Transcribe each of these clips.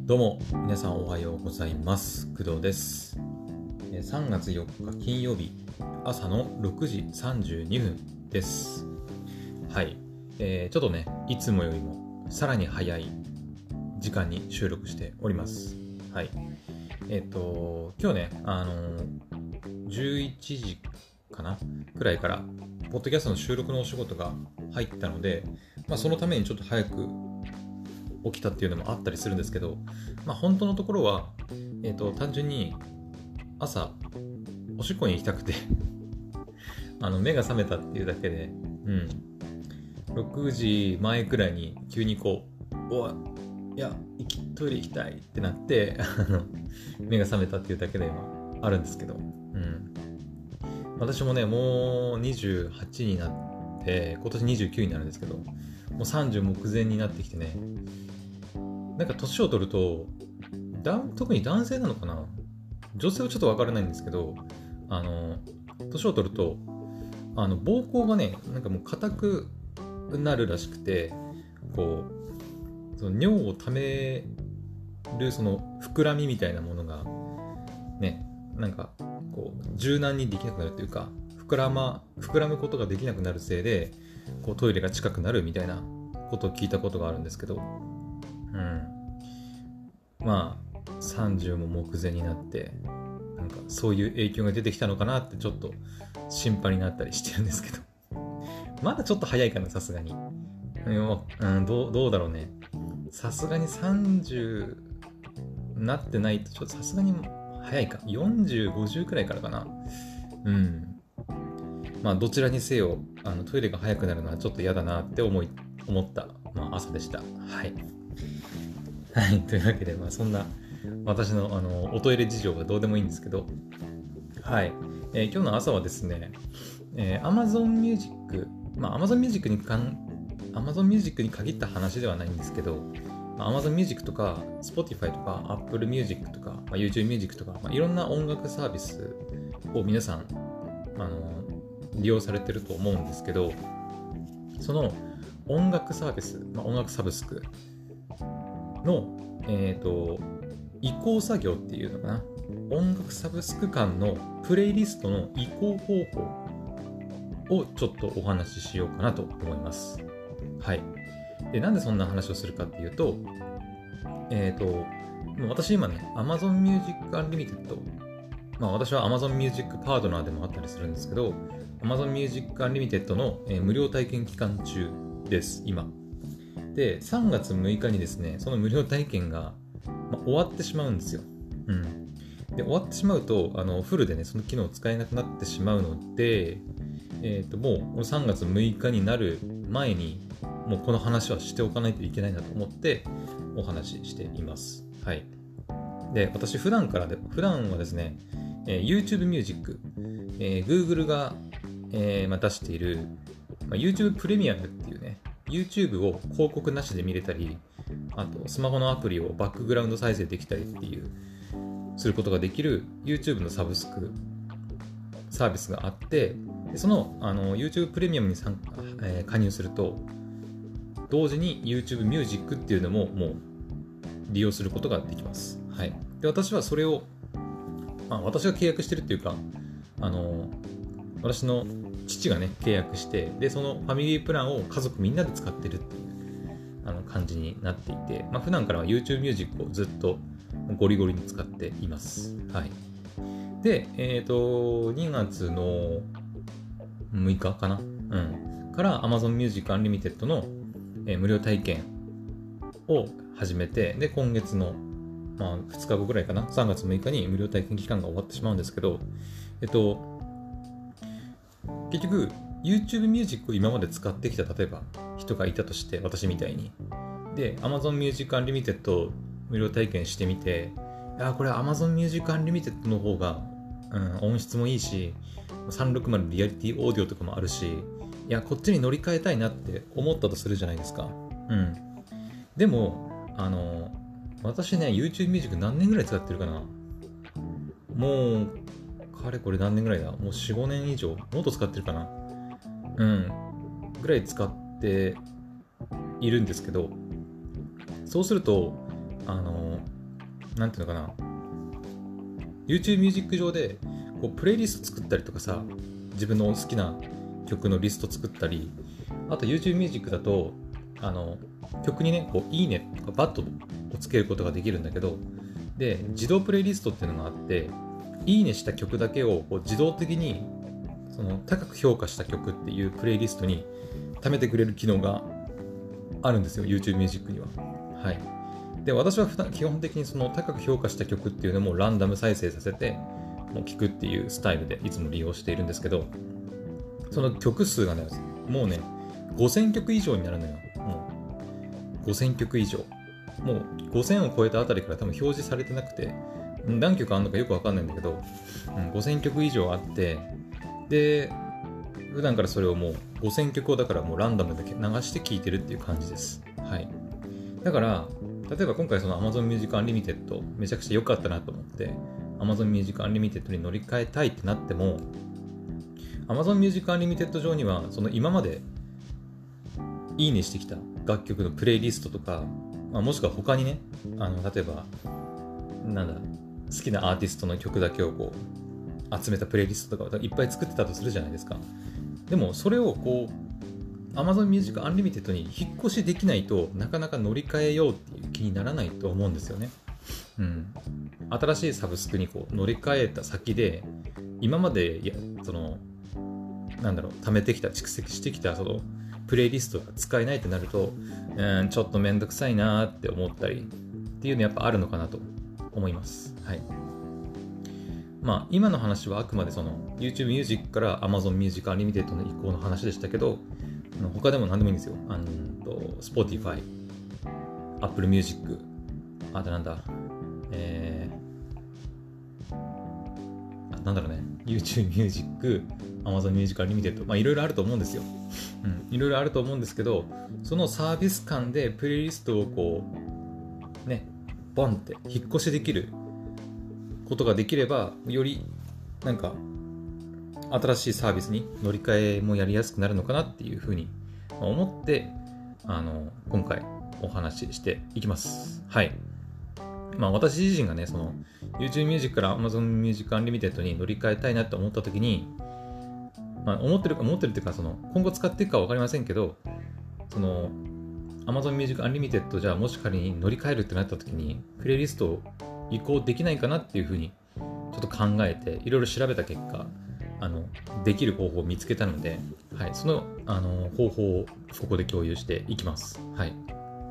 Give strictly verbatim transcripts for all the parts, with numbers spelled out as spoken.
どうも皆さんおはようございます。工藤です。さんがつよっか金曜日朝のろくじさんじゅうにふんです。はい、えー、ちょっとねいつもよりもさらに早い時間に収録しております。はい、えっ、ー、と今日ねあのー、じゅういちじかなくらいからポッドキャストの収録のお仕事が入ったので、まあ、そのためにちょっと早く起きたっていうのもあったりするんですけど、まあ本当のところは、えっと、単純に朝おしっこに行きたくてあの目が覚めたっていうだけで、うん、ろくじまえくらいに急にこう、おい、いや、トイレ行きたいってなってあの目が覚めたっていうだけではあるんですけど、うん、私もねもうにじゅうはちになって今年にじゅうきゅうになるんですけど、もうさんじゅう目前になってきてね、なんか年を取るとだ特に男性なのかな、女性はちょっと分からないんですけど、あの年を取るとあの膀胱がねなんかもう硬くなるらしくて、こうその尿をためるその膨らみみたいなものがね、なんかこう柔軟にできなくなるというか、膨らま膨らむことができなくなるせいでこうトイレが近くなるみたいなことを聞いたことがあるんですけど、うん、まあさんじゅうも目前になってなんかそういう影響が出てきたのかなってちょっと心配になったりしてるんですけどまだちょっと早いかな、さすがに、うん、どう、どうだろうね、さすがにさんじゅうなってないとちょっとさすがに早いか、よんじゅう、ごじゅうくらいからかな。うん、まあどちらにせよあのトイレが早くなるのはちょっと嫌だなって思い思った、まあ、朝でした。はいはい、というわけで、まあ、そんな私の、あのおトイレ事情はどうでもいいんですけど、はい、えー、今日の朝はですね、えー、Amazon Music、まあ、Amazon Music にかん Amazon Music に限った話ではないんですけど、まあ、Amazon Music とか Spotify とか Apple Music とか、まあ、YouTube Music とか、まあ、いろんな音楽サービスを皆さん、あの利用されてると思うんですけど、その音楽サービス、まあ、音楽サブスクの、えーと、移行作業っていうのかな、音楽サブスク間のプレイリストの移行方法をちょっとお話ししようかなと思います。はい。で、なんでそんな話をするかっていうと、えーと、私今ね、Amazon Music Unlimited、まあ私は Amazon Music パートナーでもあったりするんですけど、Amazon Music Unlimited の、えー、無料体験期間中です、今。で、さんがつむいかにですね、その無料体験が、まあ、終わってしまうんですよ。うん。で、終わってしまうと、あのフルでね、その機能を使えなくなってしまうので、えーと、もうさんがつむいかになる前に、もうこの話はしておかないといけないなと思ってお話ししています。はい。で、私普段からで、普段はですね、えー、YouTube Music、えー、Google が、えーまあ、出している、まあ、YouTube プレミアムっていうね、YouTube を広告なしで見れたり、あとスマホのアプリをバックグラウンド再生できたりっていうすることができる YouTube のサブスクサービスがあって、その、あの YouTube プレミアムに参加、えー、加入すると同時に YouTube Music っていうのももう利用することができます。はい。で、私はそれを、まあ、私が契約してるっていうか、あの私の父がね契約して、でそのファミリープランを家族みんなで使ってるっていうあの感じになっていて、まあ、普段からは YouTube Music をずっとゴリゴリに使っています。はい。で、えっとにがつのむいかかな、うん、から Amazon Music Unlimited の、えー、無料体験を始めて、で今月の、まあ、ふつかごぐらいかな、さんがつむいかに無料体験期間が終わってしまうんですけど、えっと結局 YouTube Music を今まで使ってきた例えば人がいたとして、私みたいにで Amazon Music Unlimited 無料体験してみて、いやこれ Amazon Music Unlimited の方が、うん、音質もいいしさんびゃくろくじゅうリアリティオーディオとかもあるし、いやこっちに乗り換えたいなって思ったとするじゃないですか。うん。でもあの私ね YouTube Music 何年ぐらい使ってるかな、もうかれこれ何年ぐらいだ、もう よん、ごねん以上、もっと使ってるかな、うんぐらい使っているんですけど、そうするとあのなんていうのかな、YouTube ミュージック上でこうプレイリスト作ったりとかさ、自分の好きな曲のリスト作ったり、あと YouTube ミュージックだとあの曲にねこういいねとかバットをつけることができるんだけど、で自動プレイリストっていうのがあって、いいねした曲だけをこう自動的にその高く評価した曲っていうプレイリストに貯めてくれる機能があるんですよ、 YouTube ミュージックには。はい。で、私は普段基本的にその高く評価した曲っていうのもランダム再生させてもう聴くっていうスタイルでいつも利用しているんですけど、その曲数がねもうねごせんきょく以上になるのよ。もうごせんきょく以上、もうごせんを超えたあたりから多分表示されてなくて、何曲あるのかよくわかんないんだけど、うん、ごせんきょく以上あって、で普段からそれをもうごせんきょくをだからもうランダムで流して聴いてるっていう感じです。はい。だから例えば今回その Amazon Music Unlimited めちゃくちゃ良かったなと思って Amazon Music Unlimited に乗り換えたいってなっても、 Amazon Music Unlimited 上にはその今までいいねしてきた楽曲のプレイリストとか、まあ、もしくは他にね、あの例えばなんだ好きなアーティストの曲だけをこう集めたプレイリストとかをいっぱい作ってたとするじゃないですか。でもそれをこう Amazon Music Unlimited に引っ越しできないとなかなか乗り換えようっていう気にならないと思うんですよね。うん、新しいサブスクにこう乗り換えた先で今までいやそのなんだろう貯めてきた蓄積してきたそのプレイリストが使えないってなると、うんちょっとめんどくさいなって思ったりっていうのやっぱあるのかなと思います。はい。まあ今の話はあくまでその YouTube Music から Amazon Music Unlimited の移行の話でしたけど、他でも何でもいいんですよ。あのと Spotify、Apple Music、あとなんだ、えー、あなんだろうね、YouTube Music、Amazon Music Unlimited、まあいろいろあると思うんですよ。うん、いろいろあると思うんですけど、そのサービス間でプレイリストをこうね、ボンって引っ越しできることができれば、よりなんか新しいサービスに乗り換えもやりやすくなるのかなっていうふうに思って、あの今回お話ししていきます。はい。まあ私自身がね、その YouTube Music から Amazon Music Unlimited に乗り換えたいなって思った時に、まあ思ってるか思ってるっていうか、その今後使っていくかわかりませんけど、その Amazon Music Unlimited じゃあもし仮に乗り換えるってなった時にプレイリストを移行できないかなっていうふうにちょっと考えていろいろ調べた結果、あのできる方法を見つけたので、はい、その、あの方法をここで共有していきます。はい。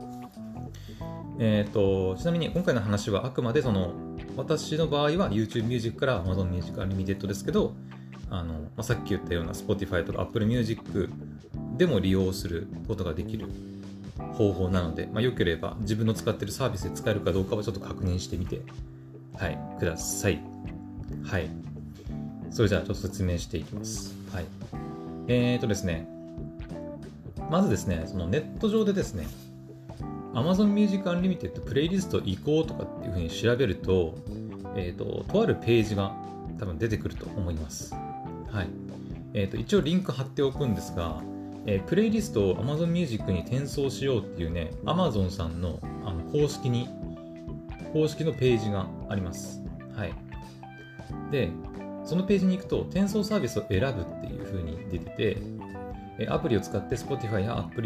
えーと、ちなみに今回の話はあくまでその私の場合は YouTube Music から Amazon Music Unlimited ですけど、あの、まあ、さっき言ったような Spotify とか Apple Music でも利用することができる方法なので、まあ、よければ自分の使っているサービスで使えるかどうかはちょっと確認してみて、はい、ください。はい。それじゃあちょっと説明していきます。はい。えーとですね、まずですね、そのネット上でですね、Amazon Music Unlimited プレイリスト移行とかっていう風に調べると、えーと、とあるページが多分出てくると思います。はい。えーと、一応リンク貼っておくんですが、えー、プレイリストを Amazon Music に転送しようっていうね、Amazon さんの、あの公式に、公式のページがあります。はい。で、そのページに行くと、転送サービスを選ぶっていう風に出てて、アプリを使って Spotify や Apple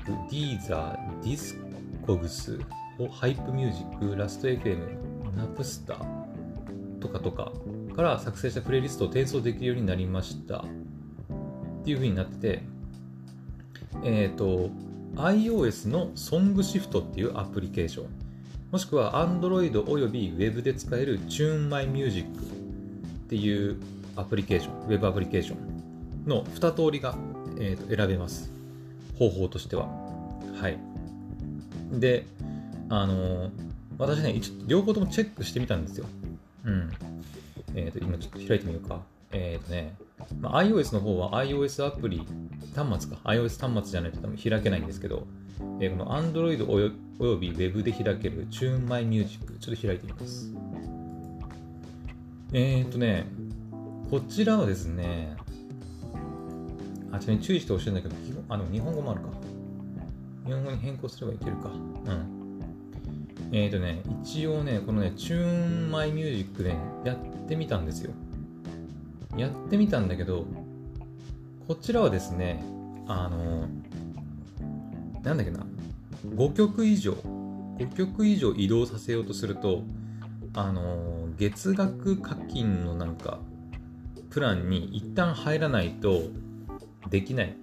Music、Deezer、Discogs、Hype Music、Last.エフエム、Napster とかとかから作成したプレイリストを転送できるようになりましたっていう風になってて、えっと、iOS の SongShift っていうアプリケーション、もしくは Android および Web で使える TuneMyMusic っていうアプリケーション、Web アプリケーションのに通りが、えー、と選べます。方法としては。はい。で、あのー、私ね、一両方ともチェックしてみたんですよ。うん。えっ、ー、と、今ちょっと開いてみようか。えっ、ー、とね、まあ、iOS の方は iOS アプリ端末か。iOS 端末じゃないと多分開けないんですけど、えー、この Android およ、および Web で開ける TuneMyMusic、ちょっと開いてみます。えっ、ー、とね、こちらはですね、あ、ちなみに注意してほしいんだけど、あ、でも日本語もあるか。日本語に変更すればいけるか。うん。 えーとね、一応ね、このね、チューンマイミュージックね、やってみたんですよ。やってみたんだけど、こちらはですね、あの、なんだっけな、ごきょく以上、ごきょく以上移動させようとすると、あの、月額課金のなんか、プランに一旦入らないとできない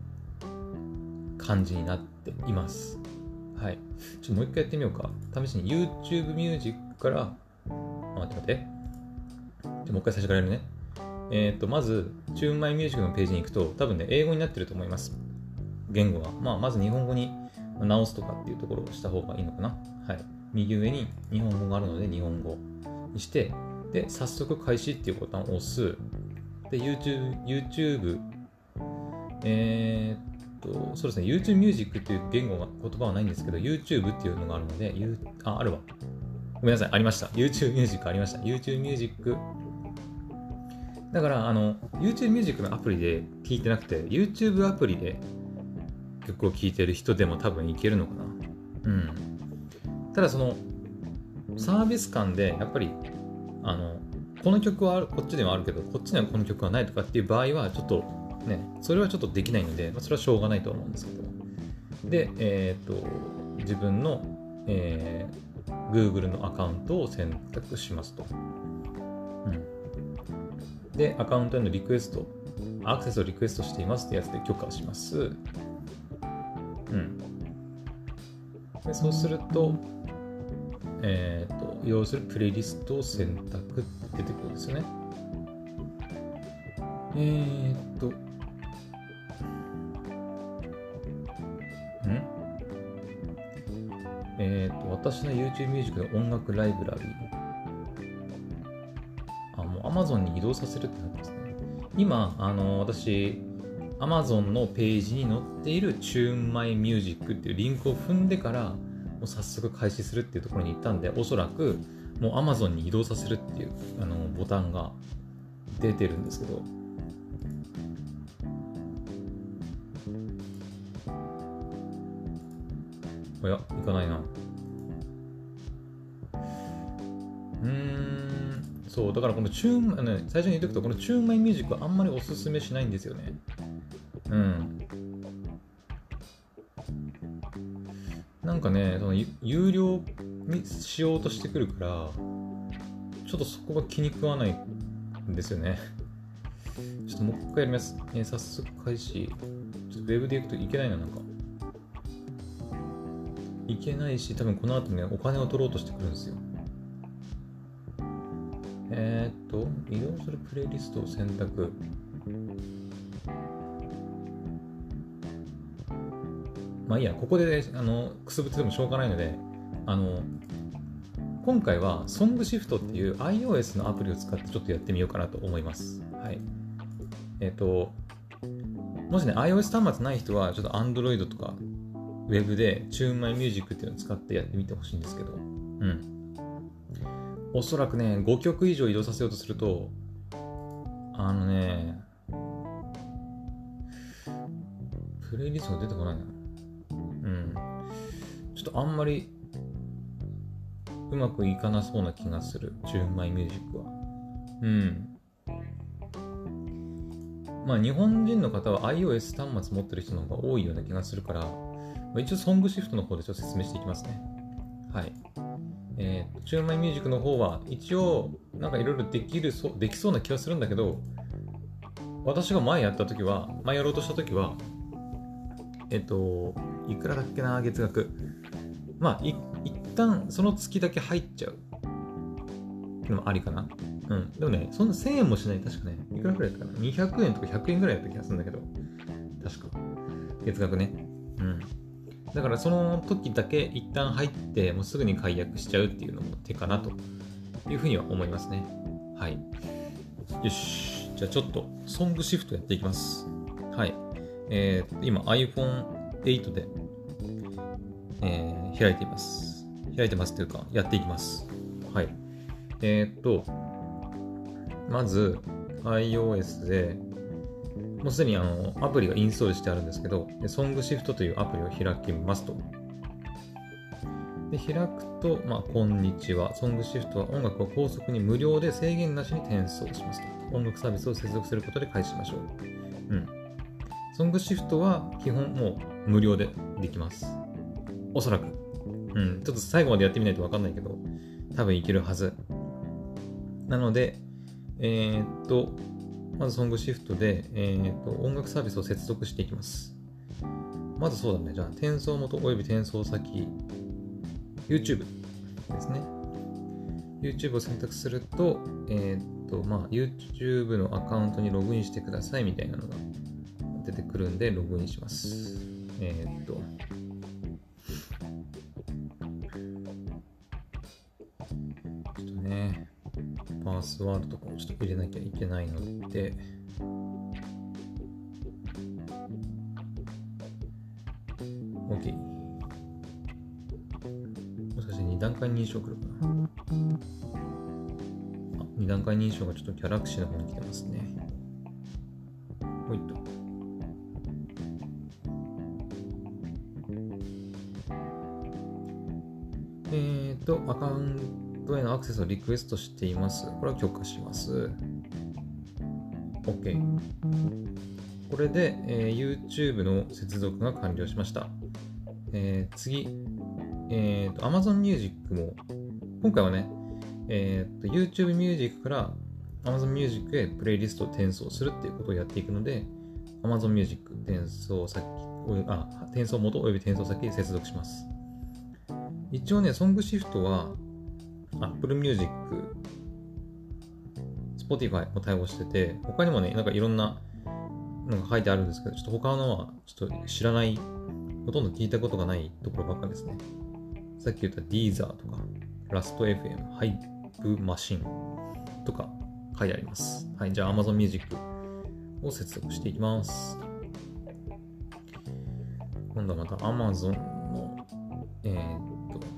感じになっています。はい。ちょっともう一回やってみようか。試しに YouTube ミュージックから、あ、待って待って。じゃもう一回最初からやるね。えっと、まず、チューンマイミュージックのページに行くと、多分ね、英語になってると思います。言語が。まあ、まず日本語に直すとかっていうところをした方がいいのかな。はい。右上に日本語があるので、日本語にして、で、早速開始っていうボタンを押す。で、YouTube、YouTube、えー、っと、そうですね、YouTube ミュージックっていう言語が、言葉はないんですけど、YouTube っていうのがあるので、あ、あるわ。ごめんなさい、ありました。YouTube ミュージックありました。YouTube ミュージック。だから、あの、YouTube ミュージックのアプリで聴いてなくて、YouTube アプリで曲を聴いてる人でも多分いけるのかな。うん。ただ、その、サービス間で、やっぱり、あの、この曲はこっちではあるけど、こっちにはこの曲はないとかっていう場合は、ちょっとね、それはちょっとできないので、まあ、それはしょうがないと思うんですけど。で、えっと、自分の、えー、Google のアカウントを選択しますと。うん。で、アカウントへのリクエスト、アクセスをリクエストしていますってやつで許可をします。うん。でそうすると、えっと、要するプレイリストを選択って出てくるんですよね。えーっと、んえーっと、私の YouTube ミュージックの音楽ライブラリー。あ、もう Amazon に移動させるってなってますね。今、あの、私、Amazon のページに載っている Tune My Music っていうリンクを踏んでから、もう早速開始するっていうところに行ったんで、おそらくもう Amazon に移動させるっていうあのボタンが出てるんですけど、おや、いかないな。うーん、そう、だからこのチューン、ね、最初に言っとくと、この Tune My Music はあんまりおすすめしないんですよね。うん。なんかね、その有料にしようとしてくるから、ちょっとそこが気に食わないんですよね。ちょっともう一回やります。えー、早速開始。ちょっとウェブで行くといけないな、なんか。いけないし、多分この後ね、お金を取ろうとしてくるんですよ。えー、っと、移動するプレイリストを選択。まあいいや、ここで、ね、あのくすぶっててもしょうがないので、あの今回は SongShift っていう iOS のアプリを使ってちょっとやってみようかなと思います。はい。えっと、もしね、iOS 端末ない人は、ちょっと Android とか Web で Tune My Music っていうのを使ってやってみてほしいんですけど、うん。おそらくね、ごきょく以上移動させようとすると、あのね、プレイリストが出てこないな。うん。ちょっとあんまりうまくいかなそうな気がする。Tune My Music は。うん。まあ日本人の方は iOS 端末持ってる人の方が多いような気がするから、まあ、一応 SongShift の方でちょっと説明していきますね。はい。えー、Tune My Music の方は一応なんかいろいろできるそできそうな気はするんだけど、私が前やった時は、前やろうとした時は、えっと、いくらだっけな、月額。まあ、い一旦その月だけ入っちゃうのもありかな。うん。でもね、そんなせんえんもしない、確かね。いくらくらいだったかな。にひゃくえんとかひゃくえんぐらいだった気がするんだけど。確か。月額ね。うん。だからその時だけ一旦入って、もうすぐに解約しちゃうっていうのも手かなというふうには思いますね。はい。よし。じゃあちょっと、ソングシフトやっていきます。はい。えー、今 アイフォンエイト で、えー、開いています。開いてますというか、やっていきます。はい。えー、っと、まず iOS で、もうすでにあのアプリがインストールしてあるんですけど、SongShift というアプリを開きますと。 で、開くと、まあ、こんにちは。ソングシフトは音楽を高速に無料で制限なしに転送しますと。音楽サービスを接続することで開始しましょう。うん。ソングシフトは基本もう無料でできます。おそらく。うん。ちょっと最後までやってみないとわかんないけど、多分いけるはず。なので、えー、っと、まずソングシフトで、えー、っと、音楽サービスを接続していきます。まずそうだね。じゃあ、転送元および転送先、YouTube ですね。YouTube を選択すると、えー、っと、まあ、YouTube のアカウントにログインしてくださいみたいなのが出てくるんで、ログインします。えー、っと、ちょっとね、パスワードとかもちょっと入れなきゃいけないので、OK。もしかしてに段階認証来るかな。あ、に段階認証がちょっとギャラクシーの方に来てますね。ほいっと。えーと、アカウントへのアクセスをリクエストしています。これは許可します。OK。これで、えー、YouTube の接続が完了しました。えー、次、えーと、Amazon Music も、今回はね、えーと、YouTube Music から Amazon Music へプレイリストを転送するっていうことをやっていくので、Amazon Music 転送先、あ、転送元および転送先へ接続します。一応ね、ソングシフトは Apple Music、Spotify も対応してて、他にもね、なんかいろんなのが書いてあるんですけど、ちょっと他のはちょっと知らない、ほとんど聞いたことがないところばっかですね。さっき言った Deezer とか、ラスト エフエム、ハイプマシンとか書いてあります。はい、じゃあ Amazon Music を接続していきます。今度はまた Amazon の、えー、っと、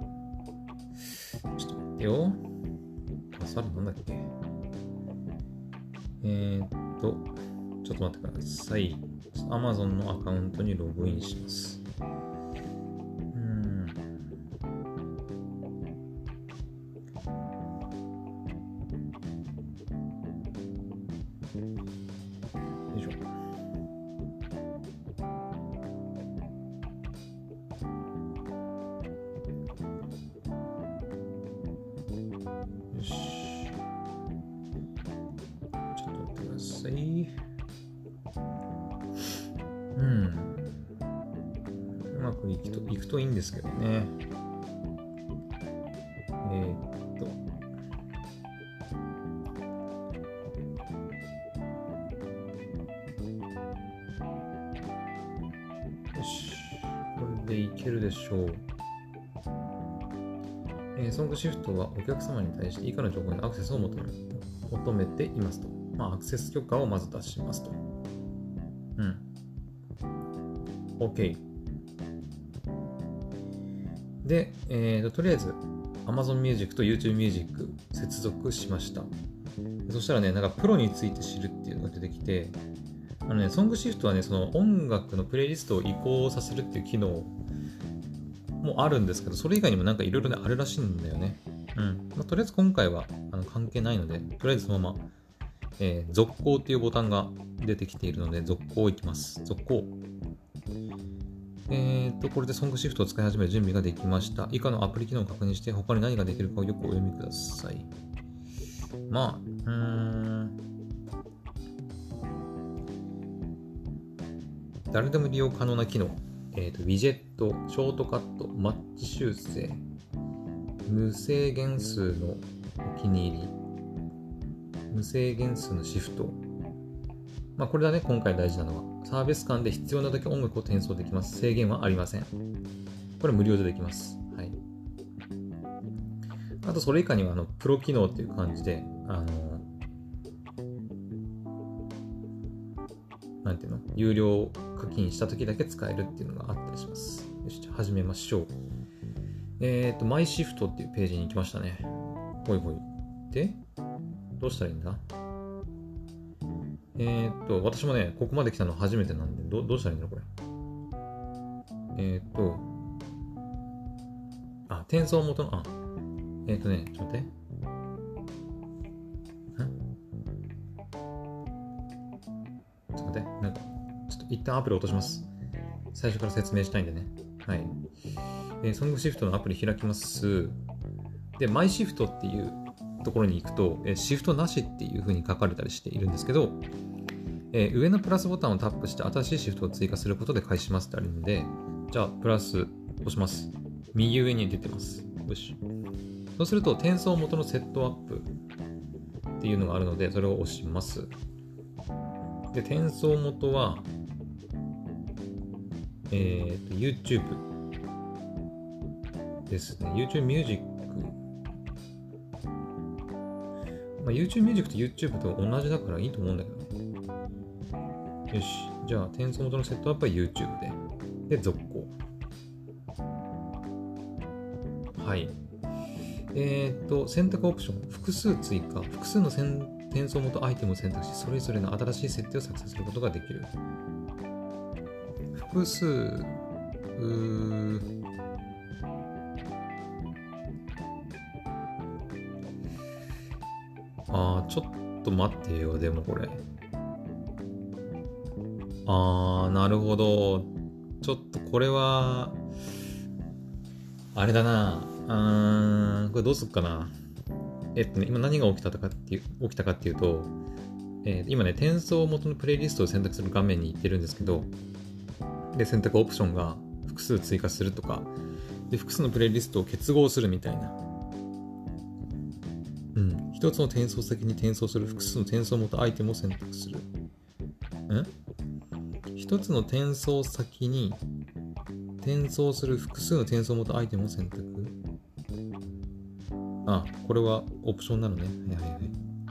ちょっと待ってよ。パスワードなんだっけ。えー、っと、ちょっと待ってください。Amazon のアカウントにログインします。よいしょ。よし。ちょっと待ってください。うん。うまくいくと、いくといいんですけどね。えー、っと。よし。これでいけるでしょう。えー、ソングシフトはお客様に対して以下の情報にアクセスを求め、求めていますと。まあ、アクセス許可をまず出しますと。うん。OK。で、えーと、とりあえず Amazon Music と YouTube Music 接続しました。そしたらね、なんかプロについて知るっていうのが出てきて、あのね、ソングシフトはね、その音楽のプレイリストを移行させるっていう機能もあるんですけど、それ以外にもなんかいろいろね、あるらしいんだよね。うん。まあ、とりあえず今回はあの関係ないので、とりあえずそのまま、えー、続行っていうボタンが出てきているので、続行いきます。続行。えーと、これでソングシフトを使い始める準備ができました。以下のアプリ機能を確認して、他に何ができるかをよくお読みください。まあ、うーん。誰でも利用可能な機能。えーと、ウィジェット、ショートカット、マッチ修正、無制限数のお気に入り、無制限数のシフト。まあ、これだね、今回大事なのは。サービス間で必要なだけ音楽を転送できます。制限はありません。これ無料でできます。はい。あと、それ以下には、あの、プロ機能っていう感じで、あの、なんていうの、有料課金した時だけ使えるっていうのがあったりします。よし、じゃあ始めましょう。えっと、マイシフトっていうページに行きましたね。ほいほい。で、どうしたらいいんだ？えーっと、私もね、ここまで来たの初めてなんで、ど, どうしたらいいのこれ。えーっと、 転送元の、あ、えっ、ー、とね、ちょっと待って。ちょっと待って。なんか、ちょっと一旦アプリ落とします。最初から説明したいんでね。はい。えー、ソングシフトのアプリ開きます。で、マイシフトっていうところに行くと、えー、シフトなしっていう風に書かれたりしているんですけど、えー、上のプラスボタンをタップして新しいシフトを追加することで開始しますってあるので、じゃあ、プラス押します。右上に出てます。よし。そうすると、転送元のセットアップっていうのがあるので、それを押します。で、転送元は、えーと、YouTube ですね。YouTube Music。まあ、YouTube Music と YouTube と同じだからいいと思うんだけどね。よし。じゃあ、転送元のセットアップは YouTube で。で、続行。はい。えーと、選択オプション。複数追加。複数の転送元アイテムを選択し、それぞれの新しい設定を作成することができる。複数、うーあー、ちょっと待ってよ、でもこれ。あー、なるほど。ちょっとこれは、あれだな。うーん、これどうすっかな。えっとね、今何が起きたかっていう、起きたかっていうと、えー、今ね、転送元のプレイリストを選択する画面に行ってるんですけど、で、選択オプションが複数追加するとか、で、複数のプレイリストを結合するみたいな。うん。一つの転送先に転送する複数の転送元アイテムを選択する。ん一つの転送先に転送する複数の転送元アイテムを選択。あ、これはオプションなのね。はいはいはい。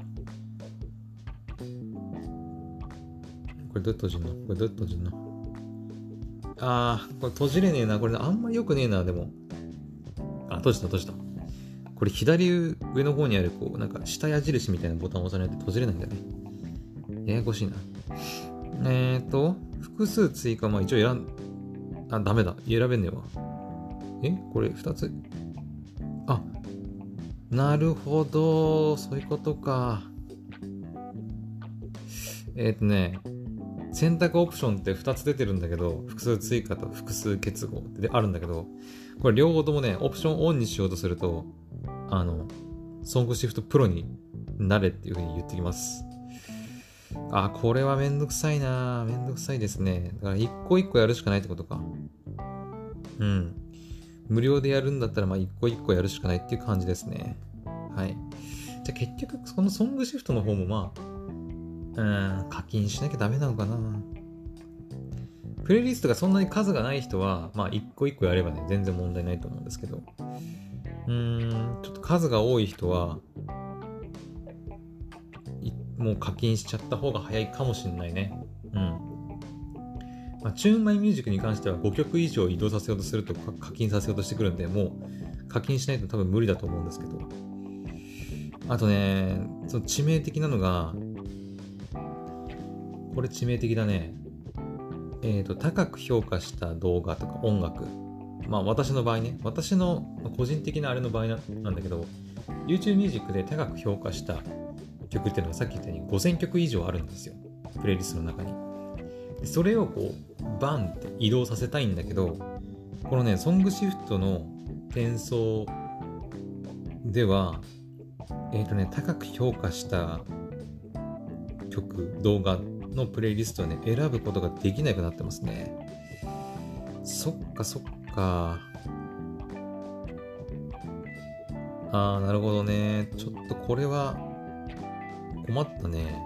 これどうやって閉じんのこれどうやって閉じんのあー、これ閉じれねえな。これあんまり良くねえな、でも。あ、閉じた閉じた。これ左上の方にある、こう、なんか下矢印みたいなボタンを押さないと閉じれないんだよね。ややこしいな。えーと、複数追加、まあ一応選ん、あ、ダメだ。選べんねえわ。えこれ二つ。あ、なるほど。そういうことか。えっとね、選択オプションってふたつ出てるんだけど、複数追加と複数結合ってあるんだけど、これ両方ともね、オプションオンにしようとすると、あの、ソングシフトプロになれっていう風に言ってきます。あ、これはめんどくさいなめんどくさいですね。だから一個一個やるしかないってことか。うん。無料でやるんだったら、まあ一個一個やるしかないっていう感じですね。はい。じゃあ結局、このソングシフトの方もまあ、うん、課金しなきゃダメなのかな。プレイリストがそんなに数がない人は、まあ一個一個やればね、全然問題ないと思うんですけど、うーん、ちょっと数が多い人は、もう課金しちゃった方が早いかもしれないね。うん。まあ、チューンマイミュージックに関してはごきょく以上移動させようとすると課金させようとしてくるんで、もう課金しないと多分無理だと思うんですけど。あとね、その致命的なのが、これ致命的だね。えっと、高く評価した動画とか音楽。まあ私の場合ね、私の個人的なあれの場合なんだけど、YouTube Music で高く評価した曲っていうのがさっき言ったようにごせんきょく以上あるんですよ。プレイリストの中に。それをこう、バンって移動させたいんだけど、このね、ソングシフトの転送では、えっとね、高く評価した曲、動画のプレイリストをね、選ぶことができなくなってますね。そっかそっか。あー、なるほどね。ちょっとこれは困ったね。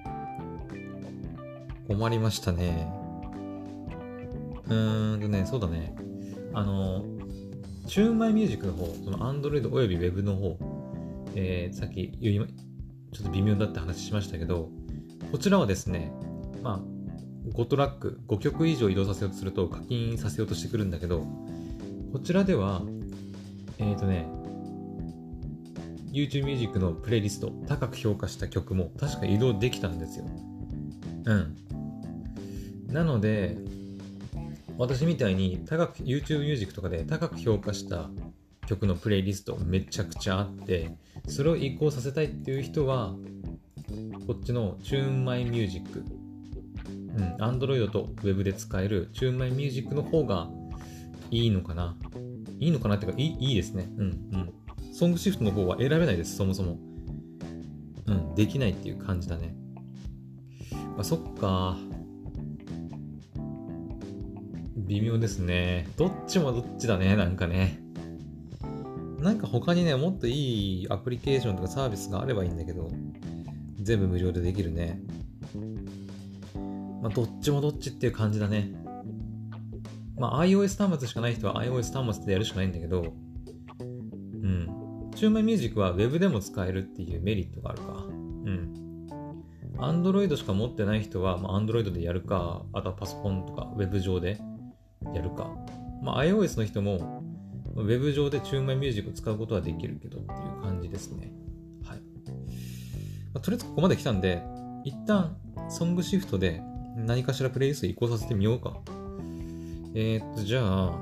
困りましたね。うーんとね、そうだね。あの、チューンマイミュージックの方、その Android および Web の方、えー、さっきちょっと微妙だって話しましたけど、こちらはですね、まあ、ごトラック、ごきょく以上移動させようとすると課金させようとしてくるんだけど、こちらでは、えっとね、YouTube Music のプレイリスト、高く評価した曲も確か移動できたんですよ。うん。なので、私みたいに高く YouTube Music とかで高く評価した曲のプレイリストめちゃくちゃあって、それを移行させたいっていう人はこっちの TuneMyMusic、うん、Android と Web で使える TuneMyMusic の方がいいのかな。いいのかなっていうか、いい、いいですね。うんうん。ソングシフトの方は選べないです、そもそも。うん、できないっていう感じだね。まあ、そっか。微妙ですね。どっちもどっちだね、なんかね。なんか他にね、もっといいアプリケーションとかサービスがあればいいんだけど、全部無料でできるね。まあ、どっちもどっちっていう感じだね。まあ、iOS 端末しかない人は iOS 端末でやるしかないんだけど、うん。TuneMyMusic は Web でも使えるっていうメリットがあるか。うん。Android しか持ってない人は、まあ、Android でやるか、あとはパソコンとか Web 上でやるか。まあ、iOS の人も Web 上で TuneMyMusic を使うことはできるけどっていう感じですね。はい。まあ、とりあえずここまで来たんで、一旦ソングシフトで何かしらプレイリスト移行させてみようか。えー、っと、じゃあ、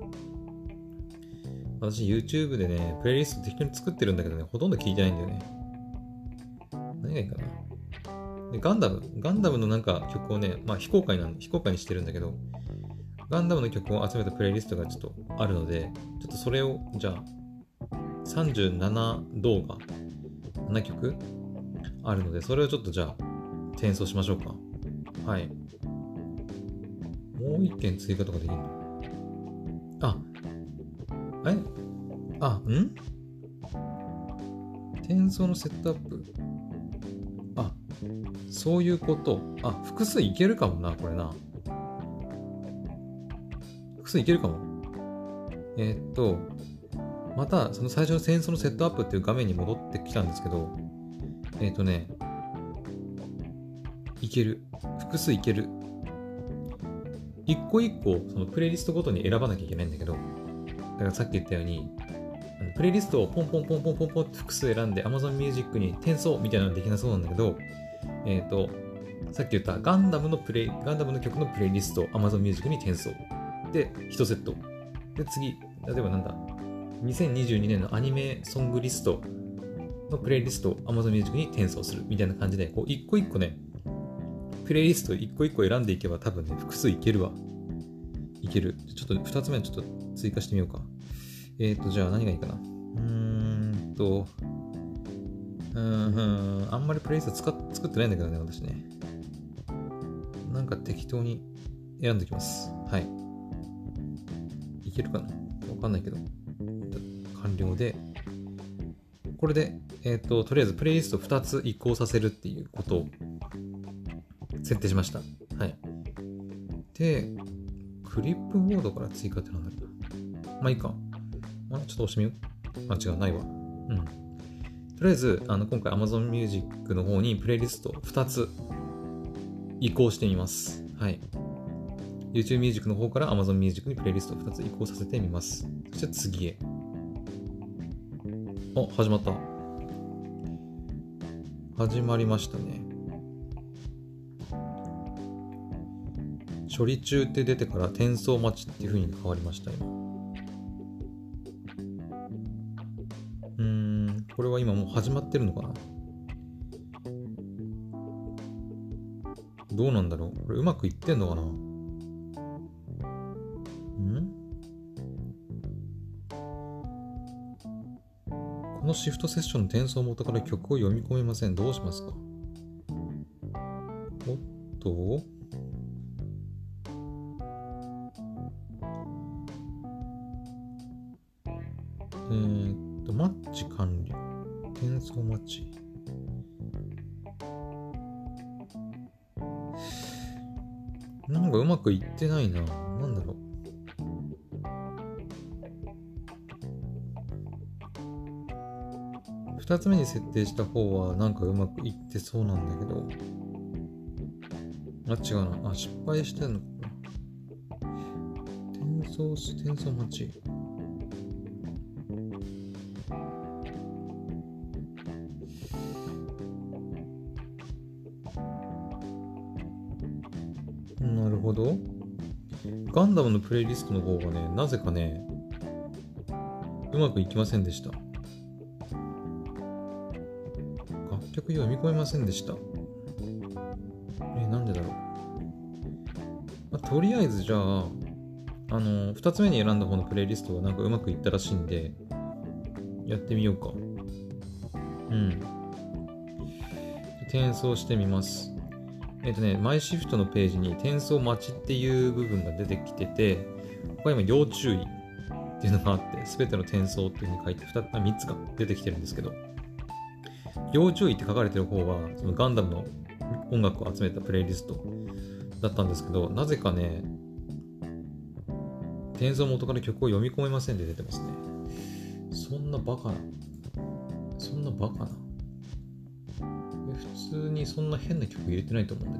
私 YouTube でね、プレイリスト適当に作ってるんだけどね、ほとんど聞いてないんだよね。何がいいかな。でガンダム、ガンダムのなんか曲をね、まあ非公開なん、非公開にしてるんだけど、ガンダムの曲を集めたプレイリストがちょっとあるので、ちょっとそれを、じゃあ、さんじゅうなな動画、ななきょくあるので、それをちょっとじゃあ、転送しましょうか。はい。もう一件追加とかできるの？あ、えあ、ん転送のセットアップ。あ、そういうこと。あ、複数いけるかもな、これな。複数いけるかも。えー、っと、また、その最初の転送のセットアップっていう画面に戻ってきたんですけど、えー、っとね、いける。複数いける。一個一個、そのプレイリストごとに選ばなきゃいけないんだけど、だからさっき言ったように、プレイリストをポンポンポンポンポンポンって複数選んで Amazon Music に転送みたいなのできなそうなんだけど、えっと、さっき言ったガンダムのプレイ、ガンダムの曲のプレイリストを Amazon Music に転送。で、いちセット。で、次、例えばなんだ、にせんにじゅうにねんのアニメソングリストのプレイリストを Amazon Music に転送するみたいな感じで、こう一個一個ね、プレイリスト一個一個選んでいけば多分ね、複数いけるわ。いける。ちょっと二つ目ちょっと追加してみようか。えっと、じゃあ何がいいかな。うーんと、うーん、あんまりプレイリスト使っ作ってないんだけどね、私ね。なんか適当に選んできます。はい。いけるかなわかんないけど。完了で、これで、えっと、とりあえずプレイリストふたつ移行させるっていうことを設定しました。はい。で、クリップボードから追加ってなんだっけな。まあいいか。あ、ちょっと押してみよう。あ、違う、ないわ。うん。とりあえず、あの、今回 Amazon Music の方にプレイリストふたつ移行してみます。はい。YouTube Music の方から Amazon Music にプレイリストふたつ移行させてみます。そして次へ。あ、始まった。始まりましたね。処理中って出てから転送待ちっていう風に変わりました、今。うーん、これは今もう始まってるのかな？どうなんだろう？これうまくいってんのかな？ん？このシフトセッションの転送元から曲を読み込めません。どうしますか？おっとえーっと、マッチ完了。転送マッチ。なんかうまくいってないな。なんだろう。二つ目に設定した方はなんかうまくいってそうなんだけど。あ、違うな。あ、失敗してんのかな。転送し、転送待ち。なるほど。ガンダムのプレイリストの方がね、なぜかね、 うまくいきませんでした。楽曲読み込めませんでした。え、なんでだろう。まあ、とりあえずじゃあ、あの、ふたつめに選んだ方のプレイリストがなんかうまくいったらしいんで、やってみようか。うん。転送してみます。えっとね、マイシフトのページに転送待ちっていう部分が出てきてて、ここ今要注意っていうのがあって、すべての転送っていう風に書いてふたつ、みっつが出てきてるんですけど、要注意って書かれてる方は、そのガンダムの音楽を集めたプレイリストだったんですけど、なぜかね、転送元から曲を読み込めませんで出てますね。そんなバカな。そんなバカな。普通にそんな変な曲入れてないと思うんだ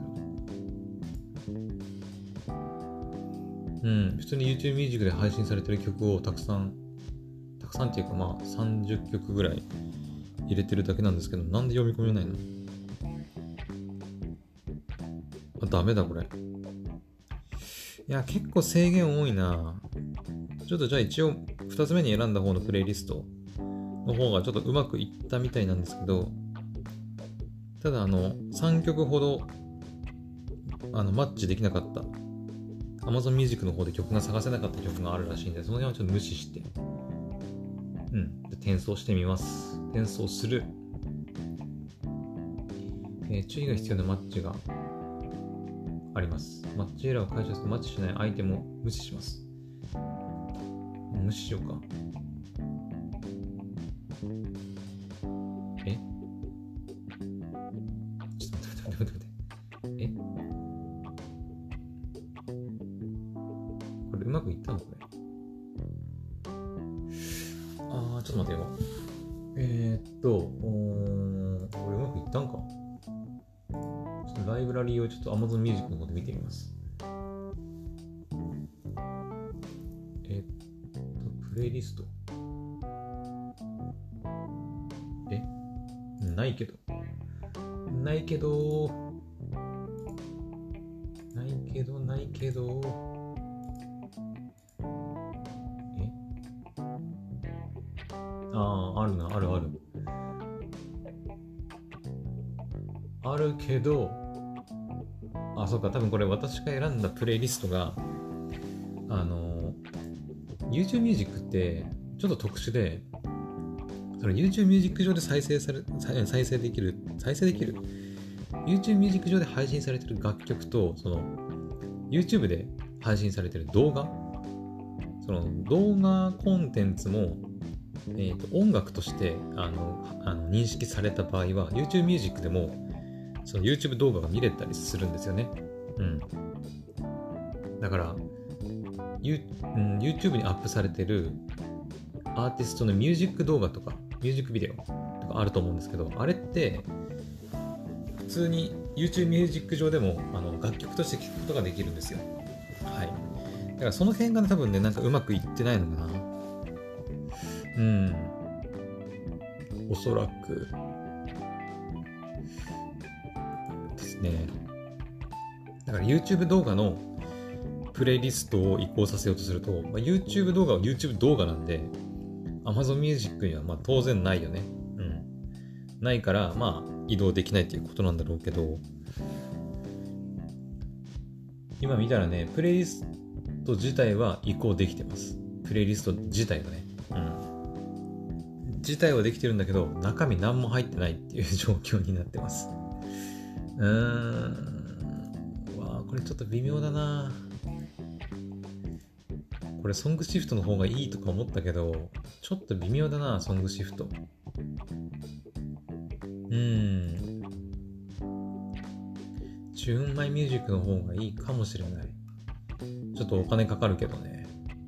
けど。うん、普通に YouTube Music で配信されてる曲をたくさん、たくさんっていうかまあさんじゅっきょくぐらい入れてるだけなんですけど、なんで読み込めないの？あ、ダメだこれ。いや、結構制限多いな。ちょっとじゃあ一応ふたつめに選んだ方のプレイリストの方がちょっとうまくいったみたいなんですけど、ただあのさんきょくほどあのマッチできなかった Amazon Music の方で曲が探せなかった曲があるらしいんで、その辺はちょっと無視してうんで転送してみます。転送する、えー、注意が必要なマッチがあります。マッチエラーを解消するマッチしないアイテムを無視します。無視しようか。えちょっと待って待って待って待って。えこれうまくいったのこれ。あー、ちょっと待ってよ。えー、っと、おこれうまくいったんか。ちょっとライブラリーをちょっと Amazon Music の方で見てみます。えー、っと、プレイリスト。えないけど。ないけど。ないけど、ないけど。えああ、あるな、あるある。あるけど、あ、そうか、多分これ私が選んだプレイリストが、あの、YouTube Music ってちょっと特殊で、その YouTube Music 上で再生され、再生できる、再生できる YouTube Music 上で配信されてる楽曲と、その YouTube で配信されてる動画、その動画コンテンツも、えーと、音楽としてあのあの認識された場合は YouTube Music でもその YouTube 動画が見れたりするんですよね。うん。だから、You うん、YouTube にアップされてるアーティストのミュージック動画とかミュージックビデオとかあると思うんですけど、あれって普通に YouTube ミュージック上でもあの楽曲として聴くことができるんですよ。はい。だからその辺が、ね、多分ね、なんかうまくいってないのかな。うん。おそらくですね。だから YouTube 動画のプレイリストを移行させようとすると、まあ、YouTube 動画は YouTube 動画なんで Amazon Music にはまあ当然ないよね。うん。ないからまあ移動できないっていうことなんだろうけど、今見たらね、プレイリスト自体は移行できてます。プレイリスト自体がね。うん。自体はできてるんだけど、中身何も入ってないっていう状況になってます。うーん。わあ、これちょっと微妙だな。これソングシフトの方がいいとか思ったけど、ちょっと微妙だな、ソングシフト。うーん。チューンマイミュージックの方がいいかもしれない。ちょっとお金かかるけどね。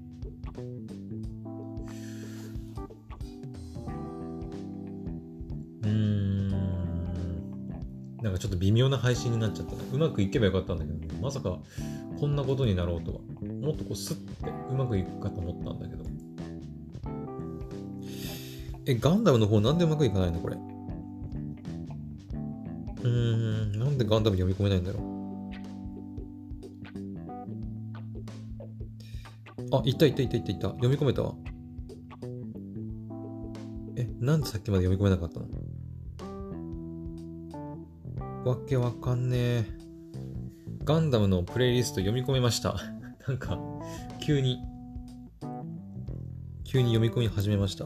うーん。なんかちょっと微妙な配信になっちゃった。うまくいけばよかったんだけど、ね、まさかこんなことになろうとは。もっとこうスッてうまくいくかと思ったんだけど。え、ガンダムの方なんでうまくいかないのこれ。うーん、なんでガンダム読み込めないんだろう。あ、いったいったいったいったいった。読み込めたわ。 え、なんでさっきまで読み込めなかったの？わけわかんねえ。ガンダムのプレイリスト読み込めました。なんか、急に、急に読み込み始めました。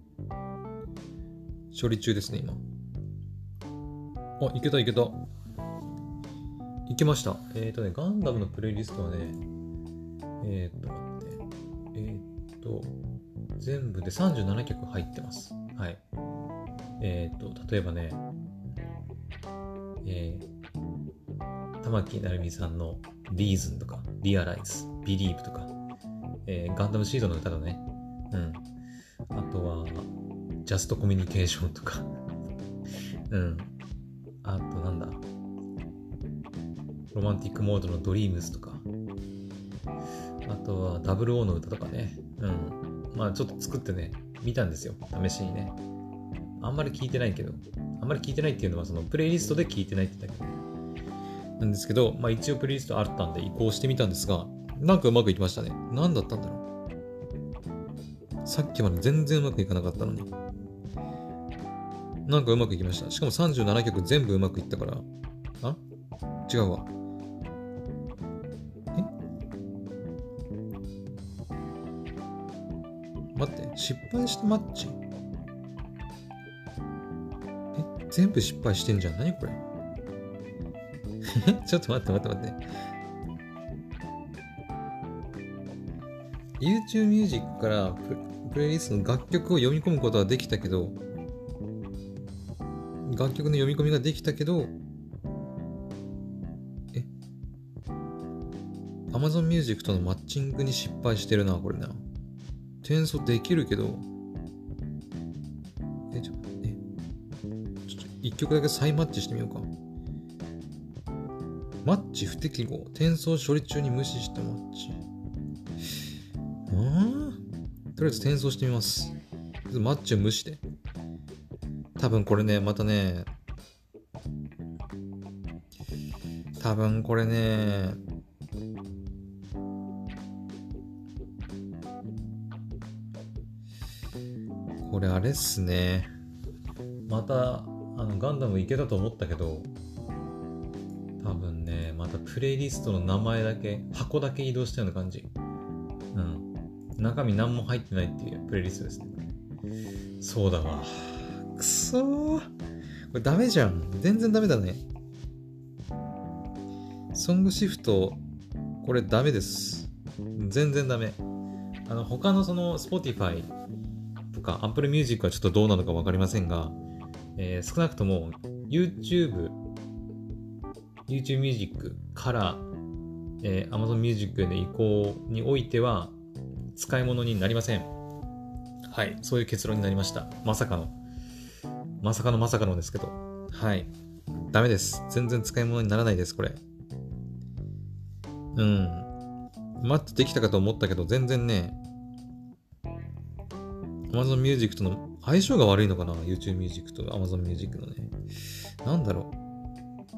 処理中ですね、今。あ、いけたいけた。いけました。えっ、ー、とね、ガンダムのプレイリストはね、えっ、ー、と、待って。えっ、ー、と、全部でさんじゅうななきょく入ってます。はい。えっ、と、例えばね、えー、玉木成美さんのリーズンとか、リアライズ、ビリーブとか、えー、ガンダムシードの歌だね。うん。あとは、ジャストコミュニケーションとか。うん。あとなんだ。ロマンティックモードのドリームスとか。あとは、ダブルオーの歌とかね。うん。まあちょっと作ってね、見たんですよ。試しにね。あんまり聞いてないけど。あんまり聞いてないっていうのは、そのプレイリストで聞いてないってだけなんですけど、まあ一応プレイリストあったんで移行してみたんですが、なんかうまくいきましたね。何だったんだろう。さっきまで全然うまくいかなかったのに。なんかうまくいきました。しかもさんじゅうななきょく全部うまくいったから。あ？違うわ。え？待って、失敗したマッチ？え？全部失敗してんじゃん。何これ？ちょっと待って待って待って。YouTube Music からププレイリストの楽曲を読み込むことはできたけど、楽曲の読み込みができたけど、え Amazon Music とのマッチングに失敗してるな、これな。転送できるけど、え、ちょ、え、ちょっと一曲だけ再マッチしてみようか。マッチ不適合。転送処理中に無視したマッチ。うん？とりあえず転送してみます。マッチを無視で。多分これね、またね、多分これね、これあれっすね。また、あの、ガンダムいけたと思ったけど、多分ね、またプレイリストの名前だけ、箱だけ移動したような感じ。うん。中身何も入ってないっていうプレイリストですね。そうだわ。くそー。これダメじゃん。全然ダメだね。ソングシフト、これダメです。全然ダメ。あの、他のその Spotify とか Apple Music はちょっとどうなのかわかりませんが、えー、少なくとも YouTube、YouTube Music から、えー、Amazon Music への移行においては使い物になりません。はい、そういう結論になりました。まさかの。まさかのまさかのですけど。はい。ダメです。全然使い物にならないです、これ。うん。マッチできたかと思ったけど、全然ね、Amazon Music との相性が悪いのかな？ YouTube Music と Amazon Music のね。なんだろう。うん。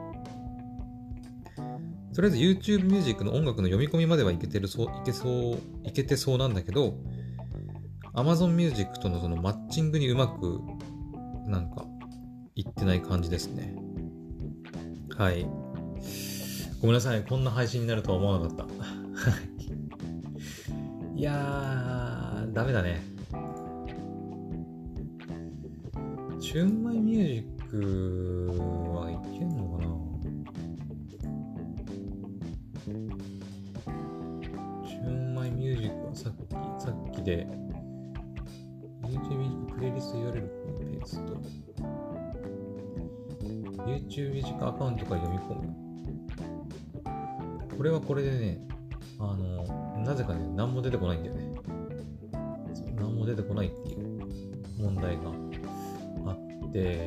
とりあえず YouTube Music の音楽の読み込みまではいけてるそう、いけそう、いけてそうなんだけど、Amazon Music とのそのマッチングにうまく、なんか、いってない感じですね。はい。ごめんなさい。こんな配信になるとは思わなかった。いやー、ダメだね。チューンマイミュージックはいけんのかな？チューンマイミュージックはさっき、さっきで YouTube ミュージックプレイリスト ユーアールエル ペースト YouTube ミュージックアカウントから読み込む。これはこれでね、あの、なぜかね、何も出てこないんだよね。何も出てこないっていう問題があって、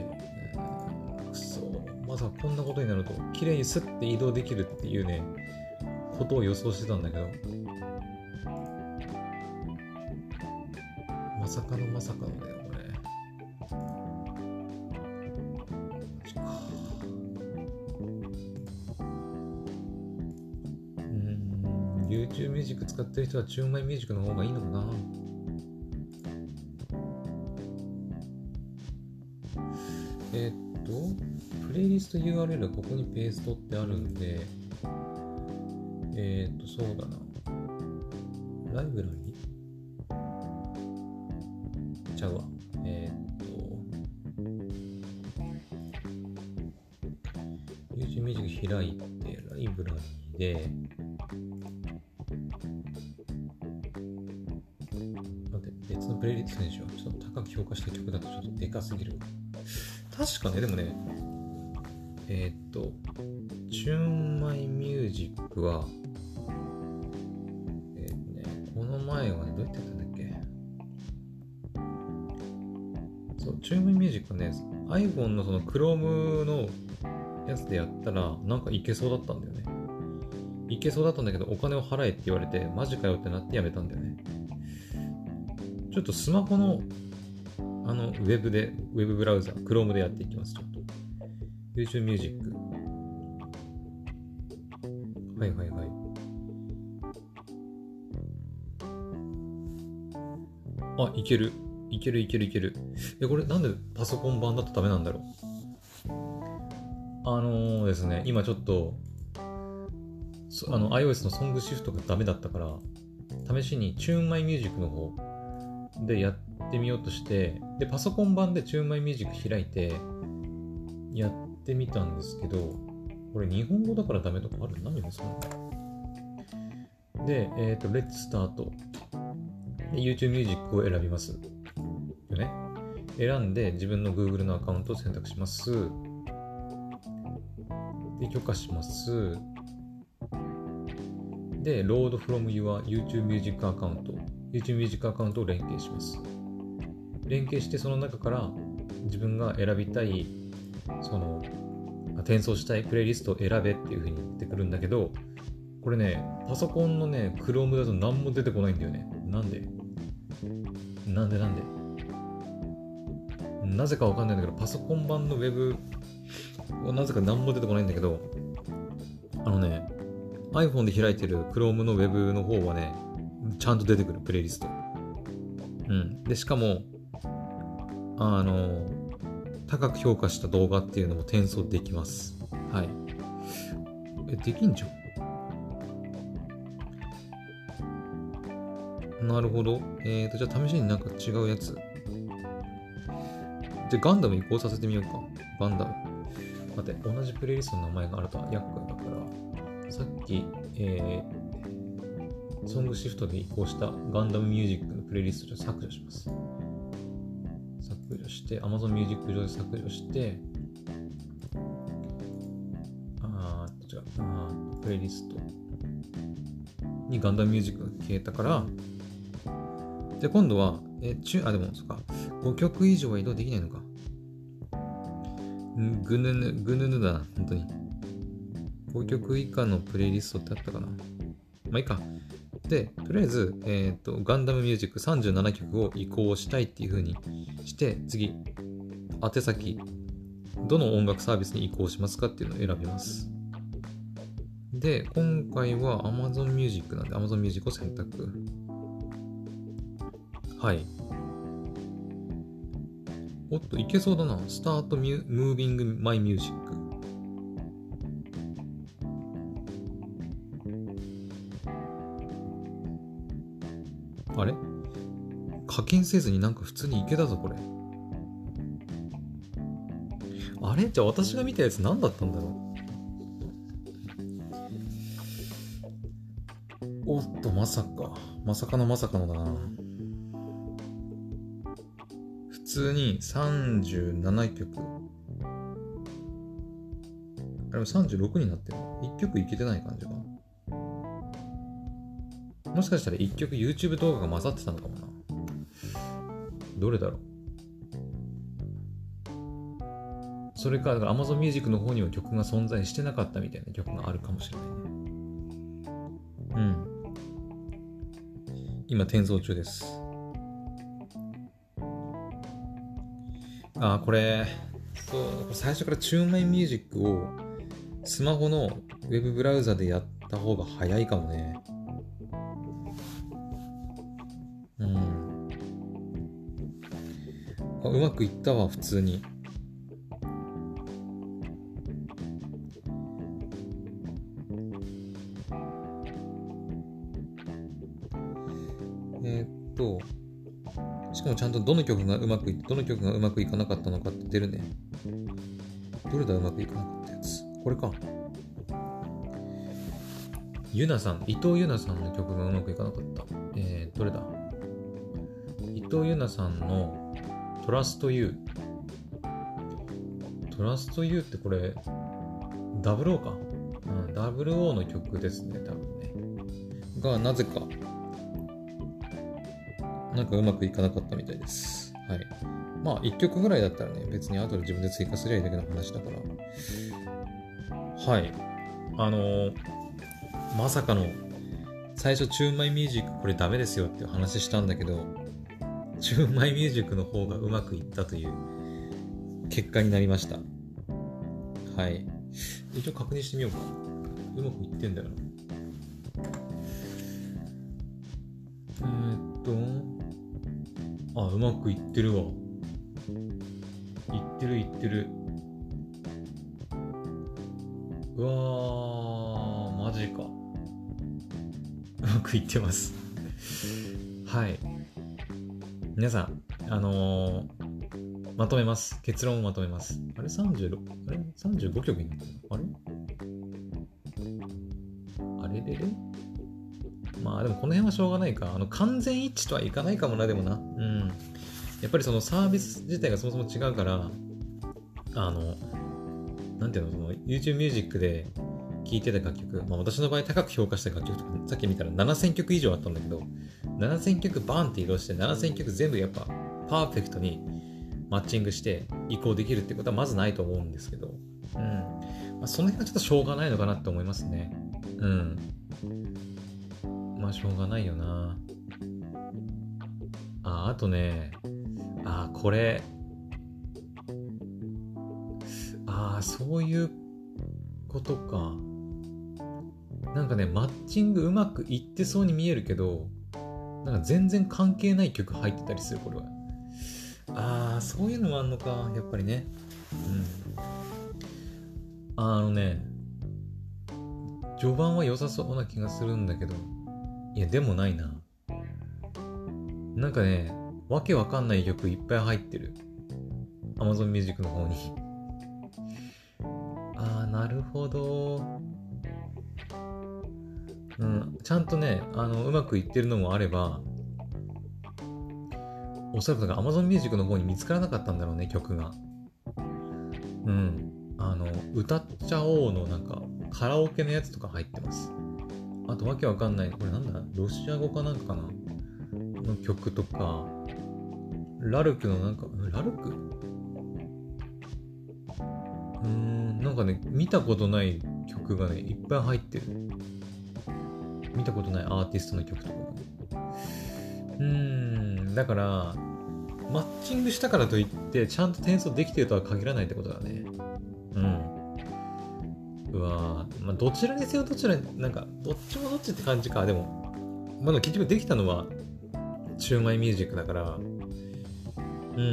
くそ、まさかこんなことになると、綺麗にスッて移動できるっていうね、ことを予想してたんだけど、まさかのまさかのだよ、これ。YouTube ミュージック使ってる人はチューンマイミュージックの方がいいのかな。 えー、っと、プレイリスト ユーアールエル はここにペーストってあるんで、えー、っと、そうだな。ライブラリーちゃうわ。えー、っと、YouTube ミュージック開いて、ライブラリーで、待って、別のプレイリストにしよう。ちょっと高く評価した曲だとちょっとでかすぎる。確かね、でもね、えー、っと、チューンマイミュージックは、えー、ね、この前はね、どうやってやったんだっけ？そう、チューンマイミュージックはね、iPhone のその Chrome のやつでやったら、なんかいけそうだったんだよね。いけそうだったんだけど、お金を払えって言われて、マジかよってなってやめたんだよね。ちょっとスマホの、あの、ウェブで、ウェブブラウザ、Chrome でやっていきます、ちょっと。YouTube ミュージック。はいはいはい。あ、いける。いけるいけるいける。え、これなんでパソコン版だとダメなんだろう。あのー、ですね、今ちょっと、あの iOS のソングシフトがダメだったから、試しに TuneMyMusic の方でやってみようとして、で、パソコン版で TuneMyMusic 開いて、やってみたんですけど、これ日本語だからダメとかある？何ですかね。で、えっと、Let's Start。YouTube Music を選びます。よね。選んで自分の Google のアカウントを選択します。で、許可します。で、Load from your YouTube Music アカウント。YouTube Music アカウントを連携します。連携してその中から自分が選びたい、その、転送したいプレイリストを選べっていう風に言ってくるんだけど、これね、パソコンのね、Chrome だと何も出てこないんだよね。なんでなんでなんでなぜかわかんないんだけど、パソコン版のウェブはなぜか何も出てこないんだけど、あのね、iPhone で開いてる Chrome のウェブの方はね、ちゃんと出てくる、プレイリスト。うん。で、しかも、あの、高く評価した動画っていうのも転送できます。はい。え、できんじゃん。なるほど。えーと、じゃあ試しになんか違うやつ。じゃあガンダム移行させてみようか。ガンダム。待って、同じプレイリストの名前があると厄介だから、さっき、えー、ソングシフトで移行したガンダムミュージックのプレイリストを削除します。削除して、Amazon Music 上で削除して、あー、違う、あー、プレイリストにガンダムミュージックが消えたから、で、今度は、え、中、あ、でも、そっか、ごきょく以上は移動できないのか。ぐぬぬ、ぐぬぬだな、本当に。ごきょく以下のプレイリストってあったかな。まあいいか。で、とりあえず、えっと、ガンダムミュージックさんじゅうななきょくを移行したいっていう風にして、次、宛先、どの音楽サービスに移行しますかっていうのを選びます。で、今回は Amazon Music なんで Amazon Music を選択。はい。おっと、いけそうだな。Start Moving My Music。あれ？課金せずになんか普通にいけたぞ、これ。あれ？じゃあ私が見たやつ何だったんだろう。おっと、まさか。まさかのまさかのだな。普通にさんじゅうななきょく。あれもさんじゅうろくになってるの？ いっ 曲いけてない感じかな。もしかしたらいっきょく YouTube 動画が混ざってたのかもな。どれだろう。それか、だから Amazon Music の方には曲が存在してなかったみたいな曲があるかもしれないね。うん。今転送中です。あー、これ、そう、これ最初から TuneMyMusic をスマホのウェブブラウザでやった方が早いかもね。うん。あ、うまくいったわ、普通に。 えー、っと、しかもちゃんとどの曲がうまくいって、どの曲がうまくいかなかったのかって出るね。どれだうまくいかなかったやつ。これか。ゆなさん、伊藤ゆなさんの曲がうまくいかなかった。えー、どれだ伊藤ゆなさんの Trust You。Trust You ってこれ、ダブルオー か。うん、ダブルオー の曲ですね、多分ね。が、なぜか、なんかうまくいかなかったみたいです。はい。まあ、いっきょくぐらいだったらね、別に後で自分で追加すりゃいいだけの話だから。はい。あのー、まさかの、最初、チューンマイミュージックこれダメですよっていう話したんだけど、チューンマイミュージックの方がうまくいったという結果になりました。はい。一応確認してみようか。うまくいってんだよな。えーっと、あ、うまくいってるわ。いってるいってる。うわー、マジか。うまくいってます。はい。皆さん、あのー、まとめます。結論をまとめます。あれ ?さんじゅうろく? あれ ?さんじゅうご 曲いんの？あれあれれれまあでもこの辺はしょうがないか。あの完全一致とはいかないかもな、でもな。うん。やっぱりそのサービス自体がそもそも違うから、あの、なんていうの、その YouTube Music で聴いてた楽曲、まあ私の場合高く評価した楽曲とか、さっき見たらななせんきょく以上あったんだけど、ななせんきょくバーンって移動して、ななせんきょく全部やっぱパーフェクトにマッチングして移行できるってことはまずないと思うんですけど、うん。まあ、その辺はちょっとしょうがないのかなって思いますね。うん。まあしょうがないよな。あ、あとね、あ、これ、ああ、そういうことか。なんかね、マッチングうまくいってそうに見えるけど、なんか全然関係ない曲入ってたりする、これは。ああ、そういうのもあんのか、やっぱりね。うん。あのね、序盤は良さそうな気がするんだけど、いや、でもないな。なんかね、わけわかんない曲いっぱい入ってる。Amazon Music の方に。あー、なるほど。うん、ちゃんとね、あの、うまくいってるのもあれば、おそらくなんか Amazon Music の方に見つからなかったんだろうね、曲が。うん。あの、歌っちゃおうのなんか、カラオケのやつとか入ってます。あとわけわかんない、これなんだロシア語かなんかかなの曲とか、ラルクのなんか、ラルクうーん、なんかね、見たことない曲がね、いっぱい入ってる。見たことないアーティストの曲とかがね。うーん、だから、マッチングしたからといって、ちゃんと転送できてるとは限らないってことだね。うん。うわぁ、まあ、どちらにせよどちら、なんか、どっちもどっちって感じか。でも、まだ結局できたのは、チューマイミュージックだから、うん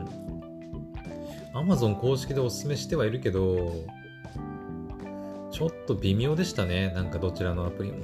。Amazon 公式でおすすめしてはいるけど、ちょっと微妙でしたね。なんかどちらのアプリも。うん。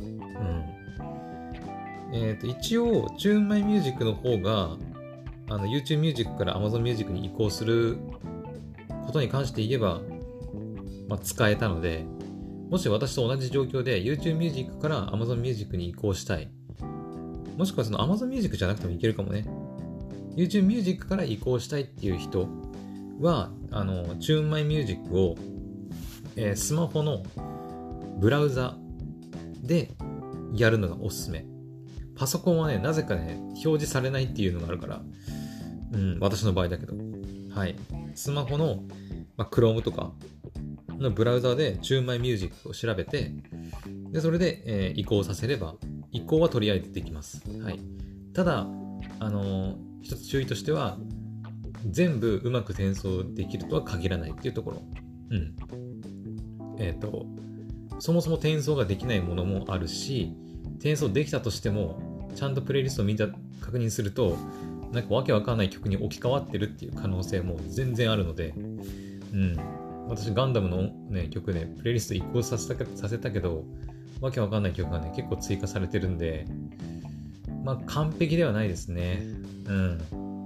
えっと、一応、チューンマイミュージックの方が、あの、YouTube Music から Amazon Music に移行することに関して言えば、まあ、使えたので、もし私と同じ状況で YouTube Music から Amazon Music に移行したい。もしくはその Amazon Music じゃなくてもいけるかもね。YouTube Music から移行したいっていう人は、あの、チューンマイミュージックを、えー、スマホのブラウザでやるのがおすすめ。パソコンはね、なぜかね、表示されないっていうのがあるから、うん、私の場合だけど。はい。スマホの、まあ、Chrome とかのブラウザでチューンマイミュージックを調べて、で、それで、えー移行させれば、移行はとりあえずできます。はい。ただ、あのー一つ注意としては、全部うまく転送できるとは限らないっていうところ。うん。えっと、そもそも転送ができないものもあるし、転送できたとしても、ちゃんとプレイリストを見た、確認すると、なんかわけわかんない曲に置き換わってるっていう可能性も全然あるので、うん。私、ガンダムの、ね、曲ね、プレイリスト移行させたさせたけど、わけわかんない曲がね、結構追加されてるんで、 まあ完璧ではないですね。うん。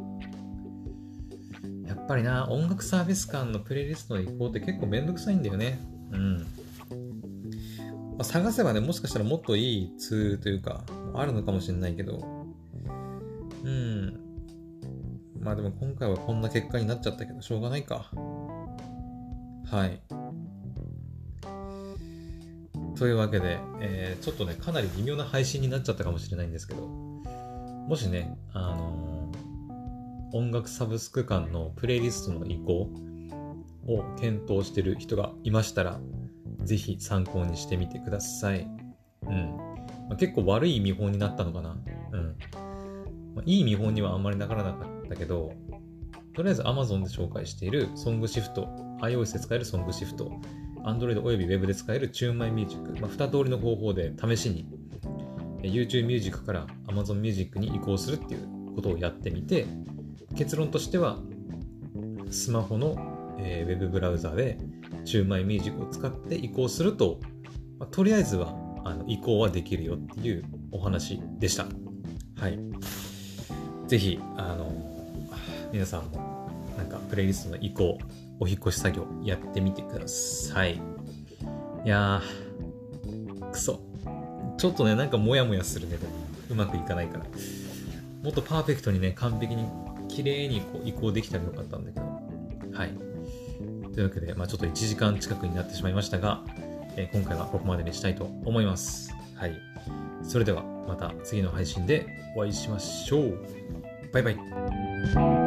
やっぱりな、音楽サービス間のプレイリストの移行って結構めんどくさいんだよね。うん。まあ、探せばね、もしかしたらもっといいツールというか、あるのかもしれないけど、うん。まあでも今回はこんな結果になっちゃったけど、しょうがないか。はい。というわけで、えー、ちょっとね、かなり微妙な配信になっちゃったかもしれないんですけど、もしね、あのー、音楽サブスク間のプレイリストの移行を検討してる人がいましたら、ぜひ参考にしてみてください。うん。まあ、結構悪い見本になったのかな。うん。まあ、いい見本にはあんまりならなかったけど、とりあえず Amazon で紹介している SongShift、iOS で使える SongShift、Android および Web で使える TuneMyMusic、まあ、に通りの方法で試しに YouTube Music から Amazon Music に移行するっていうことをやってみて、結論としてはスマホの、えー、Web ブラウザーで TuneMyMusic を使って移行すると、まあ、とりあえずはあの移行はできるよっていうお話でした。はい。ぜひあの皆さんもなんかプレイリストの移行、お引越し作業やってみてください。いやー、くそ。ちょっとね、なんかモヤモヤするね。うまくいかないから。もっとパーフェクトにね、完璧に綺麗にこう移行できたらよかったんだけど。はい。というわけで、まあちょっといちじかん近くになってしまいましたが、えー、今回はここまでにしたいと思います。はい。それではまた次の配信でお会いしましょう。バイバイ。